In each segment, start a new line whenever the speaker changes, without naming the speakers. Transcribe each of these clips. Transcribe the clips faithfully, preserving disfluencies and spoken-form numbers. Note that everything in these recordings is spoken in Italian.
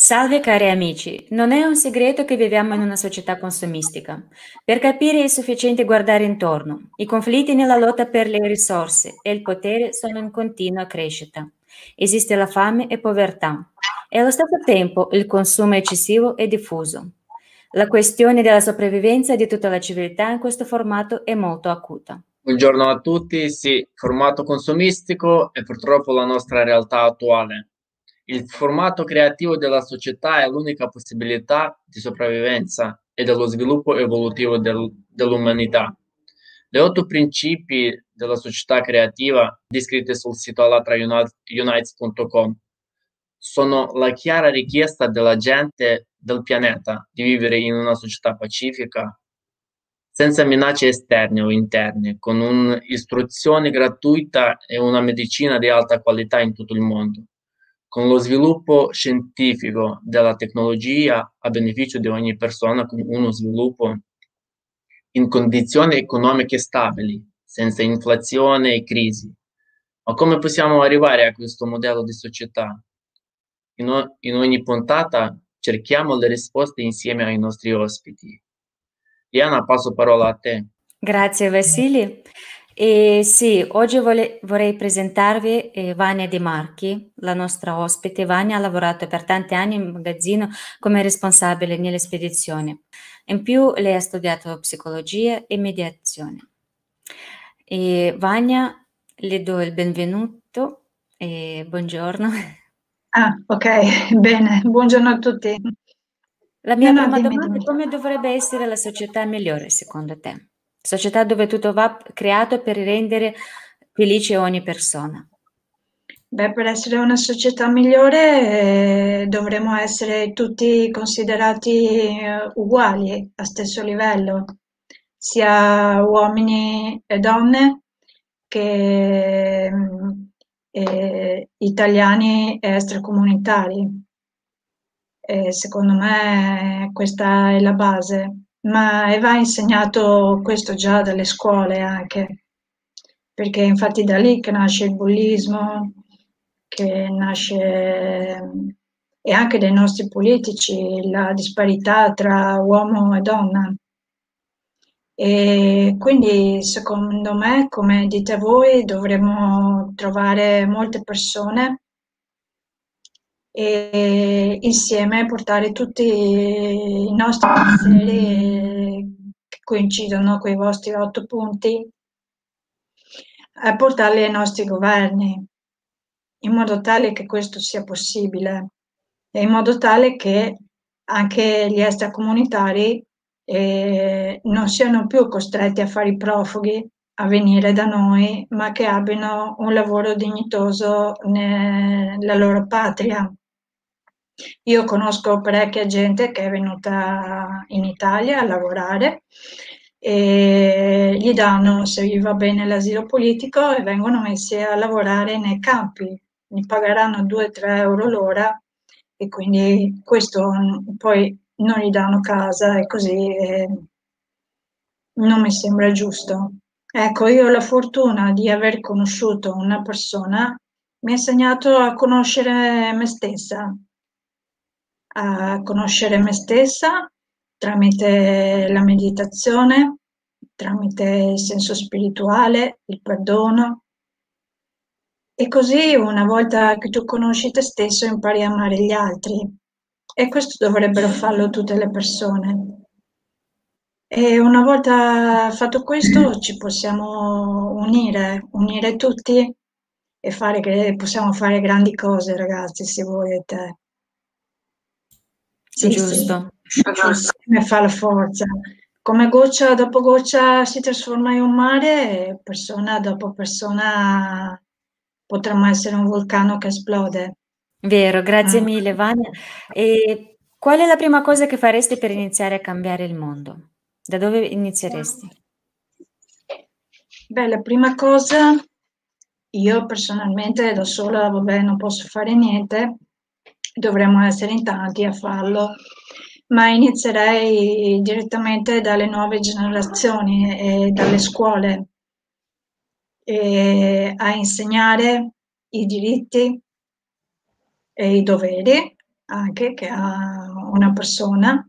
Salve cari amici, non è un segreto che viviamo in una società consumistica. Per capire è sufficiente guardare intorno. I conflitti nella lotta per le risorse e il potere sono in continua crescita. Esiste la fame e povertà e allo stesso tempo il consumo eccessivo e diffuso. La questione della sopravvivenza di tutta la civiltà in questo formato è molto acuta.
Buongiorno a tutti, sì, formato consumistico è purtroppo la nostra realtà attuale. Il formato creativo della società è l'unica possibilità di sopravvivenza e dello sviluppo evolutivo del- dell'umanità. Le otto principi della società creativa, descritte sul sito allatra unites punto com, sono la chiara richiesta della gente del pianeta di vivere in una società pacifica, senza minacce esterne o interne, con un'istruzione gratuita e una medicina di alta qualità in tutto il mondo, con lo sviluppo scientifico della tecnologia a beneficio di ogni persona, con uno sviluppo in condizioni economiche stabili, senza inflazione e crisi. Ma come possiamo arrivare a questo modello di società? In, o- in ogni puntata cerchiamo le risposte insieme ai nostri ospiti. Diana, passo parola a te.
Grazie Vassili. E sì, oggi vole- vorrei presentarvi eh, Vania De Marchi, la nostra ospite. Vania ha lavorato per tanti anni in magazzino come responsabile nelle spedizioni. In più lei ha studiato psicologia e mediazione. E Vania, le do il benvenuto e buongiorno.
Ah, ok, bene. Buongiorno a tutti.
La
No,
mia
no,
prima
dimmi,
domanda è
dimmi.
come dovrebbe essere la società migliore secondo te? Società dove tutto va creato per rendere felice ogni persona.
Beh, per essere una società migliore, eh, dovremmo essere tutti considerati eh, uguali, a stesso livello, sia uomini e donne che mm, eh, italiani e extracomunitari. E secondo me questa è la base, ma e va insegnato questo già dalle scuole anche, perché infatti da lì che nasce il bullismo, che nasce e anche dai nostri politici la disparità tra uomo e donna. E quindi secondo me, come dite voi, dovremmo trovare molte persone e insieme portare tutti i nostri pensieri che coincidono con i vostri otto punti a portarli ai nostri governi, in modo tale che questo sia possibile e in modo tale che anche gli extracomunitari eh, non siano più costretti a fare i profughi a venire da noi, ma che abbiano un lavoro dignitoso nella loro patria. Io conosco parecchia gente che è venuta in Italia a lavorare e gli danno, se gli va bene, l'asilo politico e vengono messi a lavorare nei campi. Gli pagheranno due-tre euro l'ora e quindi questo mm, poi non gli danno casa e così eh, non mi sembra giusto. Ecco, io ho la fortuna di aver conosciuto una persona, mi ha insegnato a conoscere me stessa, a conoscere me stessa tramite la meditazione, tramite il senso spirituale, il perdono. E così una volta che tu conosci te stesso impari a amare gli altri. E questo dovrebbero farlo tutte le persone. E una volta fatto questo ci possiamo unire, unire tutti e fare che possiamo fare grandi cose, ragazzi, se volete. Sì, sì,
Giusto,
insieme fa la forza. Come goccia dopo goccia si trasforma in un mare e persona dopo persona potremmo essere un vulcano che esplode.
vero, grazie
Mm.
mille Vania. E qual è la prima cosa che faresti per iniziare a cambiare il mondo? Da dove inizieresti?
Beh, la prima cosa, io personalmente da sola, vabbè, non posso fare niente, dovremmo essere in tanti a farlo, ma inizierei direttamente dalle nuove generazioni e dalle scuole e a insegnare i diritti e i doveri anche che ha una persona.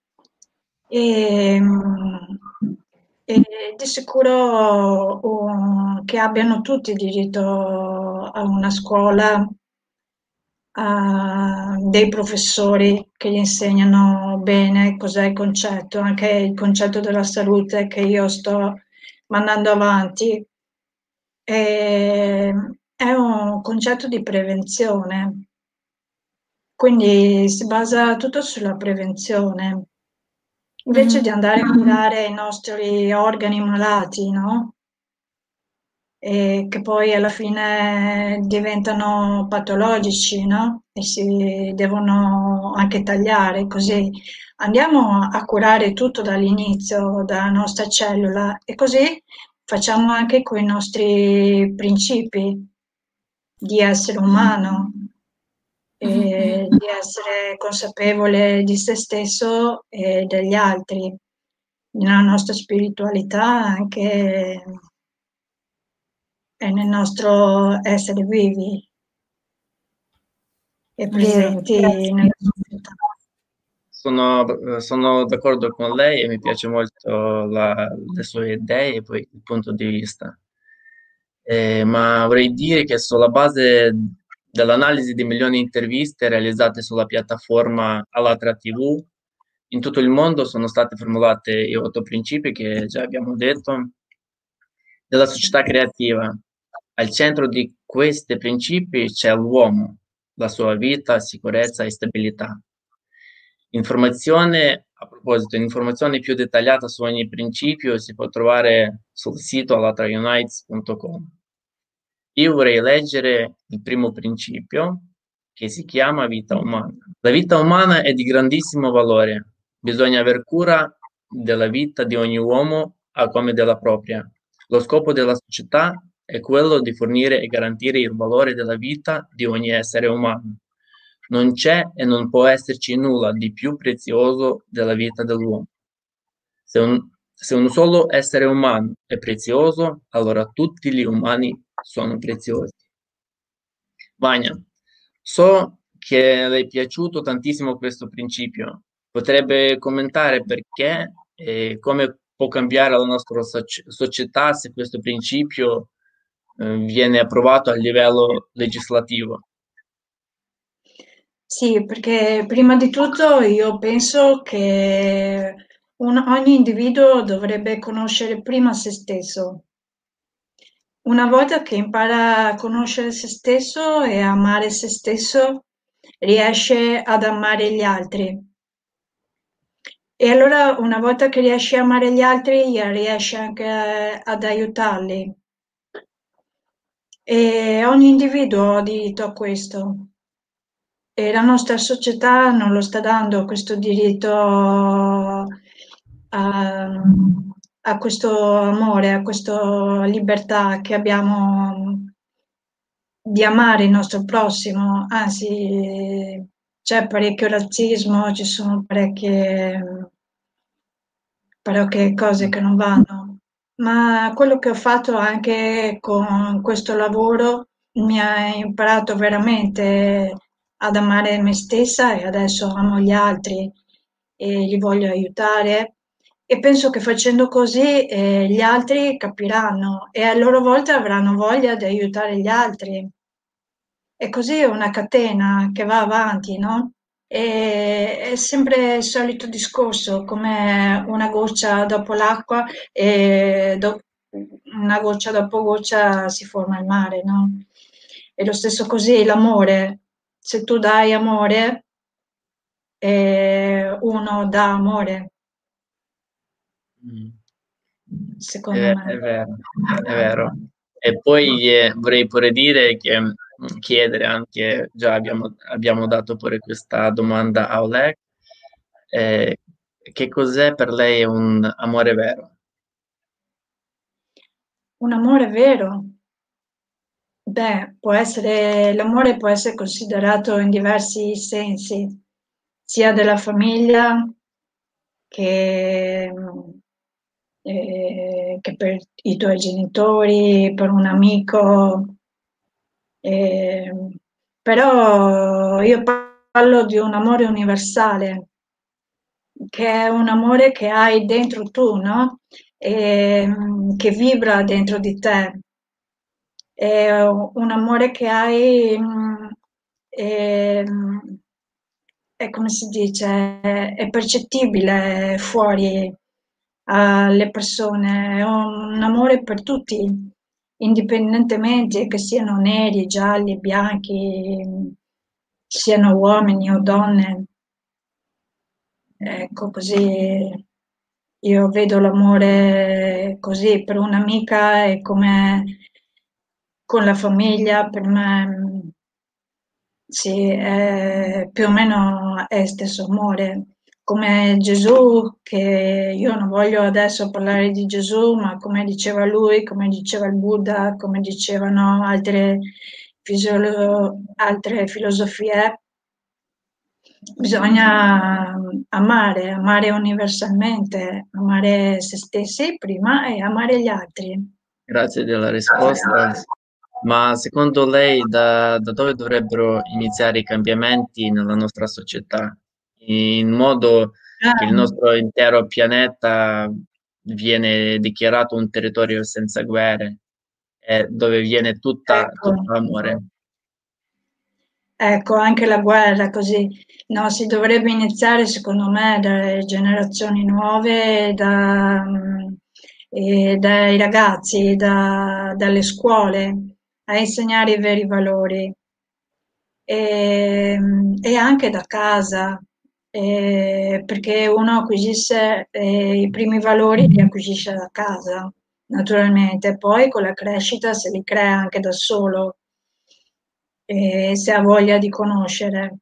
E, e di sicuro uh, che abbiano tutti diritto a una scuola, a dei professori che gli insegnano bene cos'è il concetto, anche il concetto della salute che io sto mandando avanti. E, è un concetto di prevenzione, quindi si basa tutto sulla prevenzione. Invece di
Mhm.
andare a curare i nostri organi malati, no? E che poi alla fine diventano patologici, no? E si devono anche tagliare, così andiamo a curare tutto dall'inizio, dalla nostra cellula e così facciamo anche con i nostri principi di essere umano
Mhm,
e
mhm.
di essere consapevole di se stesso e degli altri, nella nostra spiritualità anche e nel nostro essere vivi e
Vero,
presenti
grazie.
nella società.
Sono, sono d'accordo con lei e mi piace molto la- le sue idee e poi il punto di vista. Eh, ma vorrei dire che sulla base dell'analisi di milioni di interviste realizzate sulla piattaforma Allatra T V, in tutto il mondo sono state formulate i otto principi che già abbiamo detto della società creativa. Al centro di questi principi c'è l'uomo, la sua vita, sicurezza e stabilità. Informazione, a proposito, informazione più dettagliata su ogni principio si può trovare sul sito allatraunites punto com. Io vorrei leggere il primo principio che si chiama vita umana. La vita umana è di grandissimo valore. Bisogna aver cura della vita di ogni uomo a come della propria. Lo scopo della società è quello di fornire e garantire il valore della vita di ogni essere umano. Non c'è e non può esserci nulla di più prezioso della vita dell'uomo. Se un, se un solo essere umano è prezioso, allora tutti gli umani sono preziosi. Vania, so che le è piaciuto tantissimo questo principio. Potrebbe commentare perché e come può cambiare la nostra soci- società se questo principio eh, viene approvato a livello legislativo?
Sì, perché prima di tutto io penso che un- ogni individuo dovrebbe conoscere prima se stesso. Una volta che impara a conoscere se stesso e a amare se stesso, riesce ad amare gli altri. E allora una volta che riesci a amare gli altri, riesci anche a- ad aiutarli. E ogni individuo ha diritto a questo. E la nostra società non lo sta dando questo diritto a, a questo amore, a questa libertà che abbiamo di amare il nostro prossimo, anzi c'è parecchio razzismo, ci sono parecchie, parecchie cose che non vanno. Ma quello che ho fatto anche con questo lavoro mi ha imparato veramente ad amare me stessa e adesso amo gli altri e li voglio aiutare. E penso che facendo così eh, gli altri capiranno e a loro volta avranno voglia di aiutare gli altri. E così è una catena che va avanti, no? E è sempre il solito discorso, come una goccia dopo l'acqua e do- una goccia dopo goccia si forma il mare, no? E lo stesso così l'amore, se tu dai amore, eh, uno dà amore,
Mm.
secondo
È, è
me.
vero, è vero. E poi eh, vorrei pure dire che mm, chiedere anche, già abbiamo, abbiamo dato pure questa domanda a Oleg, eh, che cos'è per lei un amore vero?
Un amore vero. Beh, può essere, l'amore può essere considerato in diversi sensi, sia della famiglia che, eh, che per i tuoi genitori, per un amico. Eh, però io parlo di un amore universale, che è un amore che hai dentro tu, no? E, mm, che vibra dentro di te. È un amore che hai, mm, e, mm, è come si dice, è percettibile fuori alle persone, è un amore per tutti, indipendentemente che siano neri, gialli, bianchi, siano uomini o donne. Ecco, così io vedo l'amore così per un'amica e come con la famiglia, per me sì, è, più o meno è stesso amore. Come Gesù, che io non voglio adesso parlare di Gesù, ma come diceva lui, come diceva il Buddha, come dicevano altre, fisiolo- altre filosofie, bisogna amare, amare universalmente, amare se stessi prima e amare gli altri.
Grazie della risposta. Ma secondo lei da, da dove dovrebbero iniziare i cambiamenti nella nostra società, in modo che il
Ah,
nostro intero pianeta viene dichiarato un territorio senza guerre, e dove viene tutta,
ecco.
tutto amore?
Ecco, anche la guerra così. No, si dovrebbe iniziare secondo me dalle generazioni nuove, da, mm, e dai ragazzi, da- dalle scuole, a insegnare i veri valori e, e anche da casa, eh, perché uno acquisisce eh, i primi valori li acquisisce da casa, naturalmente, poi con la crescita se li crea anche da solo, eh, se ha voglia di conoscere.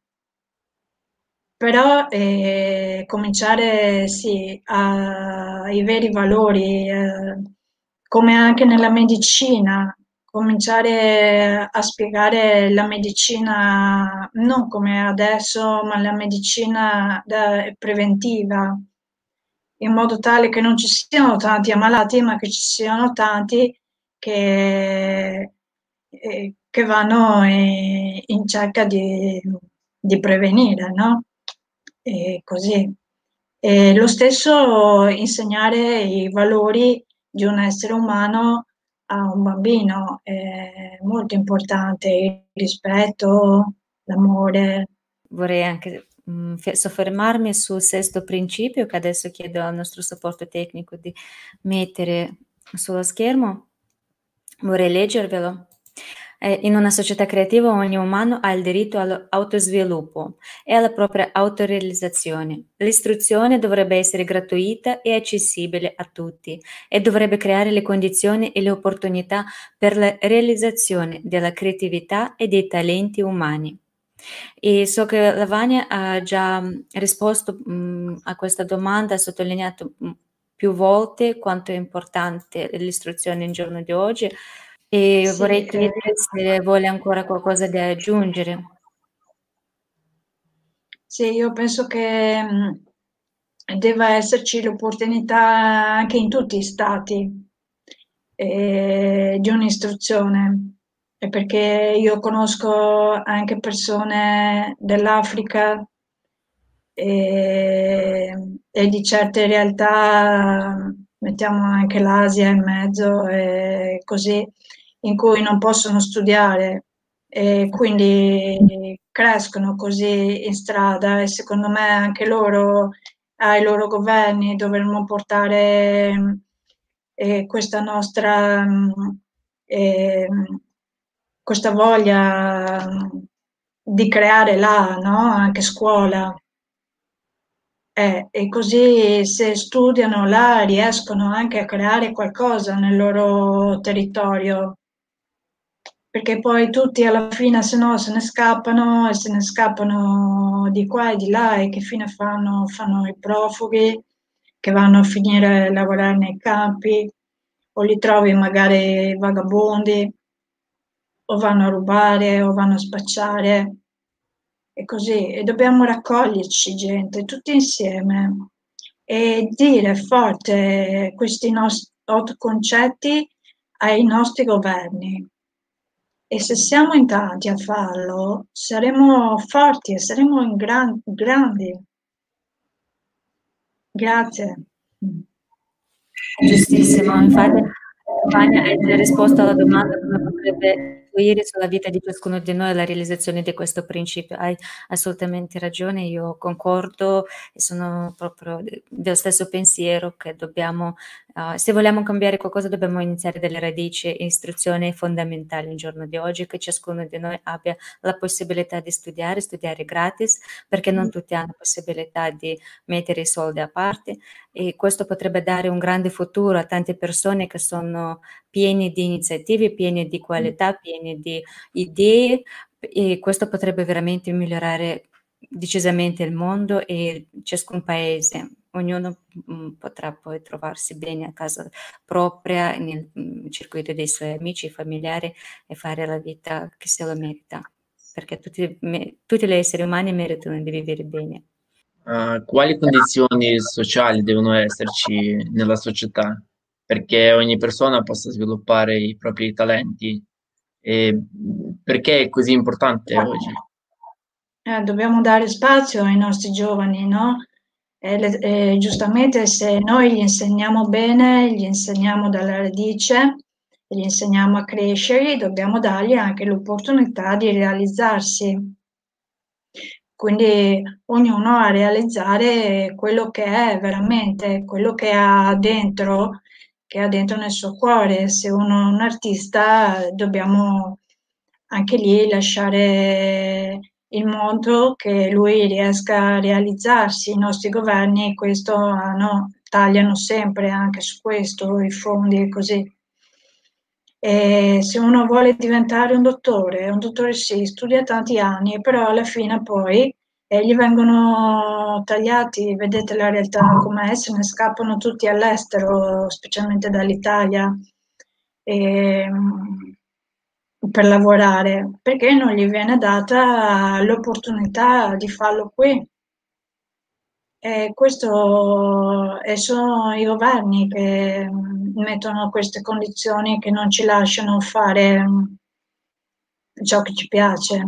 Però eh, cominciare sì, a- ai veri valori, eh, come anche nella medicina, cominciare a spiegare la medicina non come adesso, ma la medicina da- preventiva, in modo tale che non ci siano tanti ammalati, ma che ci siano tanti che, eh, che vanno eh, in cerca di, di prevenire, no? E così. E lo stesso insegnare i valori di un essere umano a un bambino è molto importante, il rispetto, l'amore.
Vorrei anche mm, fe- soffermarmi sul sesto principio che adesso chiedo al nostro supporto tecnico di mettere sullo schermo. Vorrei leggervelo. Eh, in una società creativa ogni umano ha il diritto all'autosviluppo e alla propria autorealizzazione. L'istruzione dovrebbe essere gratuita e accessibile a tutti e dovrebbe creare le condizioni e le opportunità per la realizzazione della creatività e dei talenti umani. E so che Lavagna ha già mh, risposto mh, a questa domanda, ha sottolineato mh, più volte quanto è importante l'istruzione in giorno di oggi e
Sì,
vorrei
eh,
chiedere se vuole ancora qualcosa da aggiungere.
sì, io penso che mh, debba esserci l'opportunità anche in tutti i stati eh, di un'istruzione, e perché io conosco anche persone dell'Africa e, e di certe realtà, mettiamo anche l'Asia in mezzo, e così, in cui non possono studiare e quindi crescono così in strada e secondo me anche loro, ai loro governi, dovremmo portare eh, questa nostra, mh, eh, questa voglia mh, di creare là, no? Anche scuola. Eh, e così se studiano là riescono anche a creare qualcosa nel loro territorio, perché poi tutti alla fine se no se ne scappano e se ne scappano di qua e di là e che fine fanno? Fanno i profughi che vanno a finire a lavorare nei campi o li trovi magari vagabondi o vanno a rubare o vanno a spacciare e così, e dobbiamo raccoglierci gente, tutti insieme, e dire forte questi nostri otto concetti ai nostri governi. E se siamo in tanti a farlo, saremo forti e saremo in gran- grandi. Grazie.
Giustissimo, infatti Vania hai già risposto alla domanda come potrebbe influire sulla vita di ciascuno di noi la realizzazione di questo principio. Hai assolutamente ragione, io concordo e sono proprio de dello stesso pensiero che dobbiamo uhm, se vogliamo cambiare qualcosa dobbiamo iniziare dalle radici e istruzione fondamentale al giorno di oggi, che ciascuno di noi abbia la possibilità di studiare, studiare gratis, perché non tutti hanno possibilità di mettere i soldi a parte e questo potrebbe dare un grande futuro a tante persone che sono pieni di iniziative, pieni di qualità, pieni di idee e questo potrebbe veramente migliorare decisamente il mondo e ciascun paese. Ognuno, mhmm, potrà poi trovarsi bene a casa propria, nel, mhmm, circuito dei suoi amici, familiari e fare la vita che se lo merita, perché tutti me tutti gli esseri umani meritano di vivere bene.
Uhm, quali condizioni sociali devono esserci nella società perché ogni persona possa sviluppare i propri talenti? E, mhmm, perché è così importante oggi?
Eh, dobbiamo dare spazio ai nostri giovani, no, e le e giustamente se noi gli insegniamo bene, gli insegniamo dalla radice, gli insegniamo a crescere, dobbiamo dargli anche l'opportunità di realizzarsi. Quindi ognuno a realizzare quello che è veramente, quello che ha dentro che ha dentro nel suo cuore. Se uno è un artista dobbiamo anche lì lasciare il modo che lui riesca a realizzarsi. I nostri governi questo hanno tagliano sempre anche su questo i fondi e così. E se uno vuole diventare un dottore, un dottore sì, studia tanti anni, però alla fine poi eh, gli vengono tagliati, vedete la realtà com'è, se ne scappano tutti all'estero, specialmente dall'Italia, e, per lavorare, perché non gli viene data l'opportunità di farlo qui. E questo e sono i governi che mh, mettono queste condizioni che non ci lasciano fare mh, ciò che ci piace.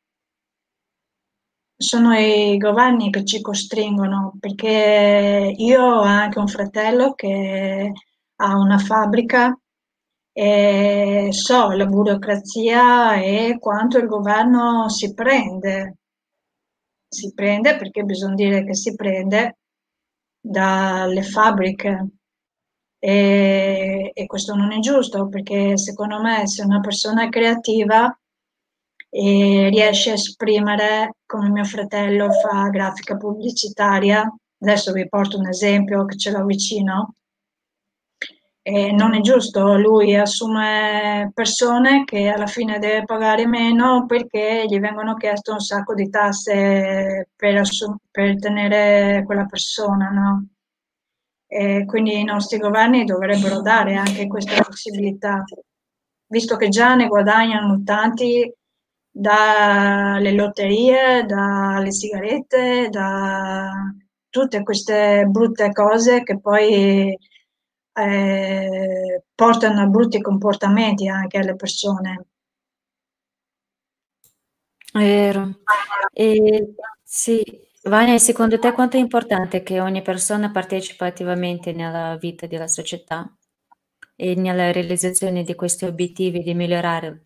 Sono i governi che ci costringono, perché io ho anche un fratello che ha una fabbrica e so la burocrazia e quanto il governo si prende. Si prende perché bisogna dire che si prende dalle fabbriche e, e questo non è giusto perché secondo me se una persona è creativa e riesce a esprimere come mio fratello fa grafica pubblicitaria, adesso vi porto un esempio che ce l'ho vicino, e non è giusto, lui assume persone che alla fine deve pagare meno perché gli vengono chieste un sacco di tasse per, assu- per tenere quella persona, no? E quindi i nostri governi dovrebbero dare anche questa possibilità, visto che già ne guadagnano tanti dalle lotterie, dalle sigarette, da tutte queste brutte cose che poi eh, portano a brutti comportamenti anche alle persone.
È vero. E sì, Vania, secondo te quanto è importante che ogni persona partecipa attivamente nella vita della società e nella realizzazione di questi obiettivi di migliorare?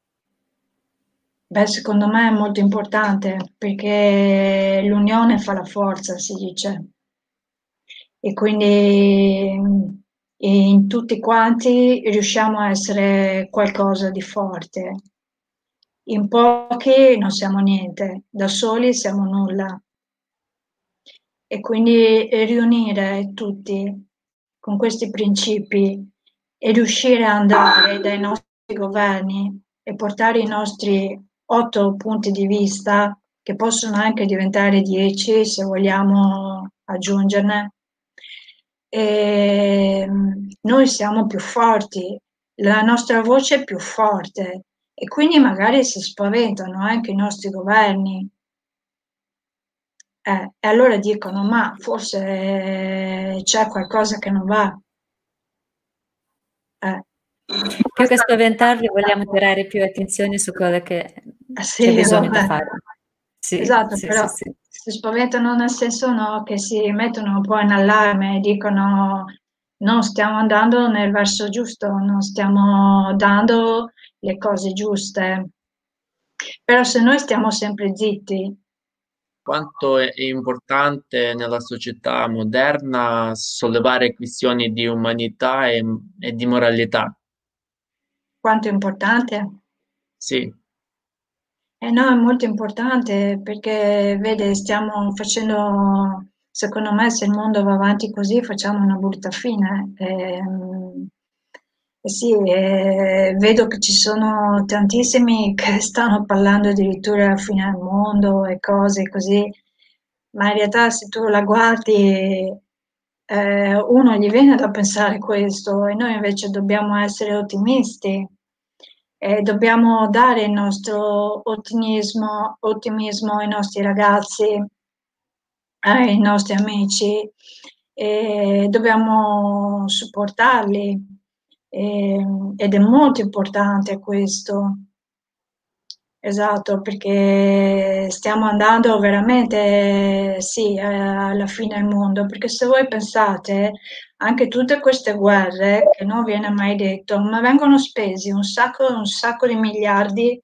Beh, secondo me è molto importante perché l'unione fa la forza, si dice. E quindi mh, in tutti quanti riusciamo a essere qualcosa di forte. In pochi non siamo niente, da soli siamo nulla. E quindi riunire tutti con questi principi e riuscire ad andare dai nostri governi e portare i nostri otto punti di vista, che possono anche diventare dieci se vogliamo aggiungerne, e noi siamo più forti, la nostra voce è più forte e quindi magari si spaventano anche i nostri governi. Eh, e allora dicono: "Ma forse c'è qualcosa che non va". Eh.
Più che spaventarli, vogliamo tirare più attenzione su quello che
Sì,
c'è bisogno
vabbè.
di fare. Sì,
Esatto,
sì,
però
sì, sì.
si spaventano nel senso no, che si mettono un po' in allarme e dicono non stiamo andando nel verso giusto, non stiamo dando le cose giuste. Però se noi stiamo sempre zitti,
Quanto è importante nella società moderna sollevare questioni di umanità e, e di moralità.
quanto è importante?
Sì,
Eh no, è molto importante perché, vede, stiamo facendo, secondo me, se il mondo va avanti così, facciamo una brutta fine. Ehm, eh sì, eh, vedo che ci sono tantissimi che stanno parlando addirittura della fine del mondo e cose così, ma in realtà se tu la guardi, eh, uno gli viene da pensare questo e noi invece dobbiamo essere ottimisti e dobbiamo dare il nostro ottimismo, ottimismo ai nostri ragazzi, ai nostri amici, e dobbiamo supportarli e- ed è molto importante questo. Esatto, perché stiamo andando veramente, sì, eh, alla fine del mondo, perché se voi pensate, anche tutte queste guerre, che non viene mai detto, ma vengono spesi un sacco, un sacco di miliardi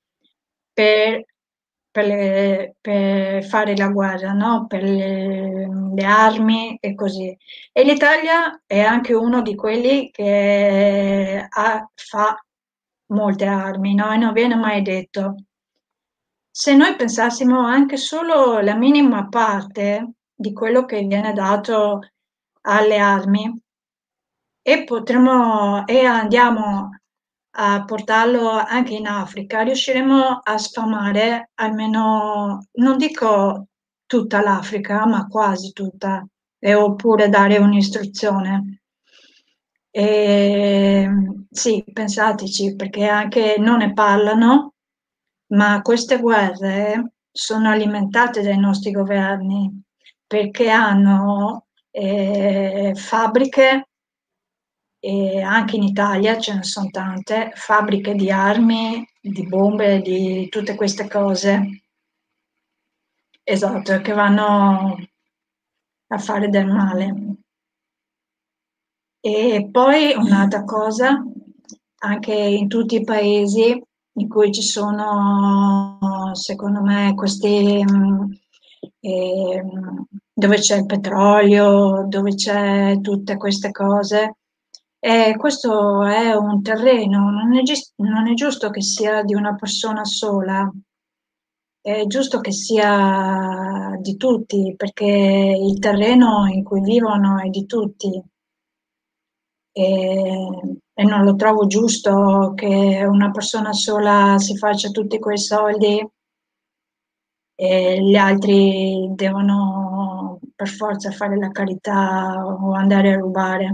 per, per le- per fare la guerra, no? Per le, le armi e così. E l'Italia è anche uno di quelli che ha- fa molte armi, no? E non viene mai detto. Se noi pensassimo anche solo la minima parte di quello che viene dato alle armi e potremo e andiamo a portarlo anche in Africa, riusciremo a sfamare almeno, non dico tutta l'Africa, ma quasi tutta, e oppure dare un'istruzione. E, sì, pensateci, perché anche non ne parlano, ma queste guerre sono alimentate dai nostri governi perché hanno eh, fabbriche, e anche in Italia ce ne sono tante, fabbriche di armi, di bombe, di tutte queste cose, esatto, che vanno a fare del male. E poi un'altra cosa, anche in tutti i paesi in cui ci sono, secondo me, questi, mh, ehm, dove c'è il petrolio, dove c'è tutte queste cose, e questo è un terreno, non è, gis- non è giusto che sia di una persona sola, è giusto che sia di tutti, perché il terreno in cui vivono è di tutti e, e non lo trovo giusto che una persona sola si faccia tutti quei soldi e gli altri devono per forza fare la carità o andare a rubare.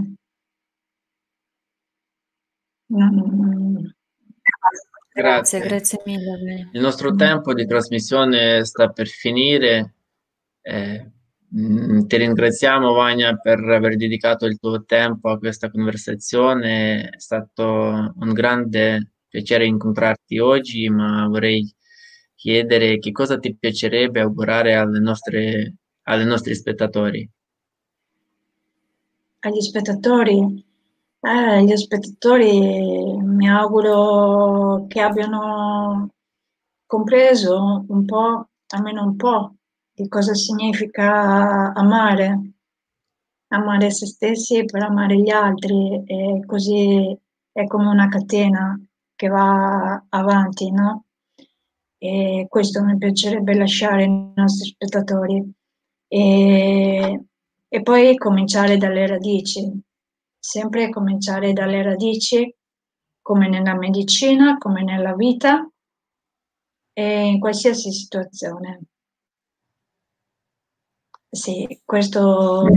Non-
Grazie,
grazie.
grazie mille.
Il nostro tempo di trasmissione sta per finire. Eh, mm, ti ringraziamo, Vania, per aver dedicato il tuo tempo a questa conversazione. È stato un grande piacere incontrarti oggi, ma vorrei chiedere che cosa ti piacerebbe augurare alle nostre, alle nostri spettatori.
Agli spettatori, eh, agli spettatori mi auguro che abbiano compreso un po', almeno un po', di cosa significa amare, amare se stessi per amare gli altri, e così è come una catena che va avanti, no? E questo mi piacerebbe lasciare ai nostri spettatori. E, e poi cominciare dalle radici, sempre cominciare dalle radici, come nella medicina, come nella vita e in qualsiasi situazione. Sì, questo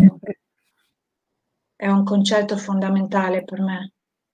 è un concetto fondamentale per me.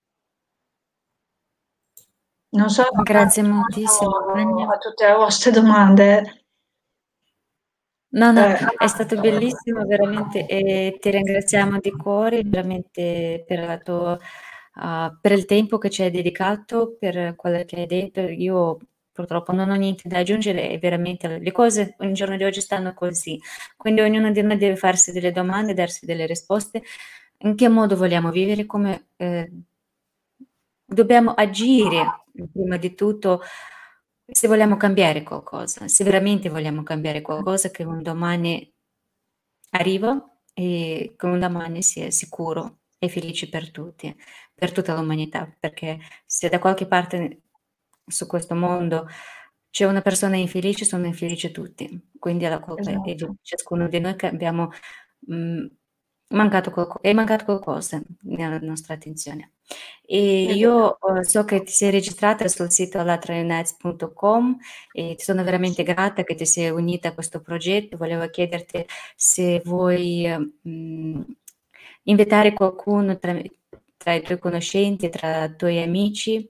Non so se ho
Grazie moltissimo,
risposto
Vania.
a tutte le vostre domande.
No, no,
Eh,
è stato bellissimo veramente e ti ringraziamo di cuore veramente per la tua uh, per il tempo che ci hai dedicato, per quello che hai detto. Io purtroppo non ho niente da aggiungere, e veramente le cose il giorno di oggi stanno così, quindi ognuno di noi deve farsi delle domande, darsi delle risposte. In che modo vogliamo vivere, come eh, dobbiamo agire prima di tutto, se vogliamo cambiare qualcosa, se veramente vogliamo cambiare qualcosa, che un domani arriva e che un domani sia sicuro e felice per tutti, per tutta l'umanità, perché se da qualche parte su questo mondo c'è una persona infelice, sono infelici tutti, quindi la colpa è di
Esatto.
ciascuno di noi che abbiamo mh, mancato qualco- è mancato qualcosa nella nostra attenzione. E
È
io
vero.
eh, so che ti sei registrata sul sito latraunites punto com e ti sono veramente grata che ti sei unita a questo progetto. Volevo chiederti se vuoi eh, mh, invitare qualcuno tra, tra i tuoi conoscenti, tra i tuoi amici,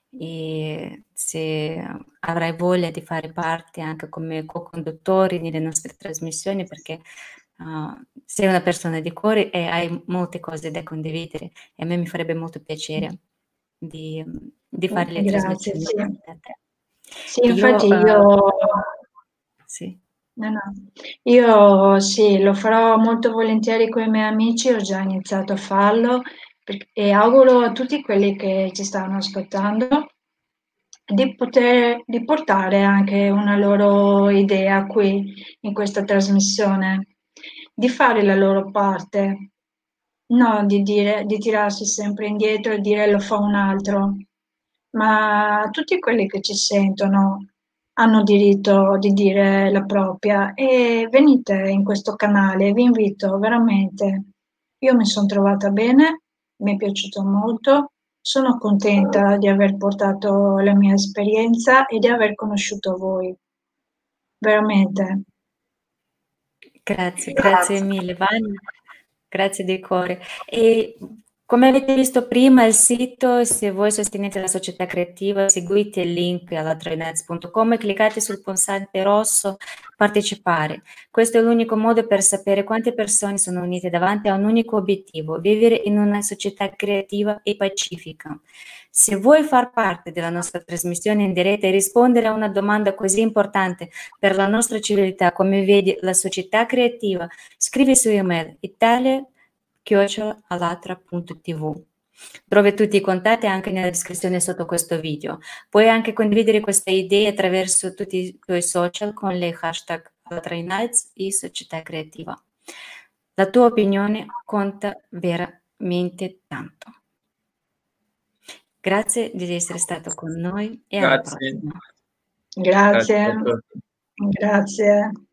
e se avrai voglia di fare parte anche come co-conduttori nelle nostre trasmissioni, perché uh, sei una persona di cuore e hai molte cose da condividere, e a me mi farebbe molto piacere di, di fare le
Grazie,
trasmissioni
sì.
da te.
Sì,
Io,
infatti
uh,
io,
sì.
no, no. Io sì, lo farò molto volentieri con i miei amici, ho già iniziato a farlo per- e auguro a tutti quelli che ci stanno ascoltando di poter, di portare anche una loro idea qui in questa trasmissione, di fare la loro parte, no di dire, di tirarsi sempre indietro e dire lo fa un altro, ma tutti quelli che ci sentono hanno diritto di dire la propria e venite in questo canale, vi invito veramente. Io mi sono trovata bene, mi è piaciuto molto, sono contenta di aver portato la mia esperienza e di aver conosciuto voi, veramente.
Grazie, grazie mille Vania, grazie di cuore. E come avete visto prima il sito, se voi sostenete la società creativa, seguite il link alla trainets punto com e cliccate sul pulsante rosso partecipare. Questo è l'unico modo per sapere quante persone sono unite davanti a un unico obiettivo: vivere in una società creativa e pacifica. Se vuoi far parte della nostra trasmissione in diretta e rispondere a una domanda così importante per la nostra civiltà, come vedi la società creativa, scrivi su email italia chiocciola alatra punto tv. Trovi tutti i contatti anche nella descrizione sotto questo video. Puoi anche condividere queste idee attraverso tutti i tuoi social con le hashtag AlatraInights e Società Creativa. La tua opinione conta veramente tanto. Grazie di essere stato con noi e alla
Grazie.
prossima.
Grazie,
Grazie a tutti.
grazie.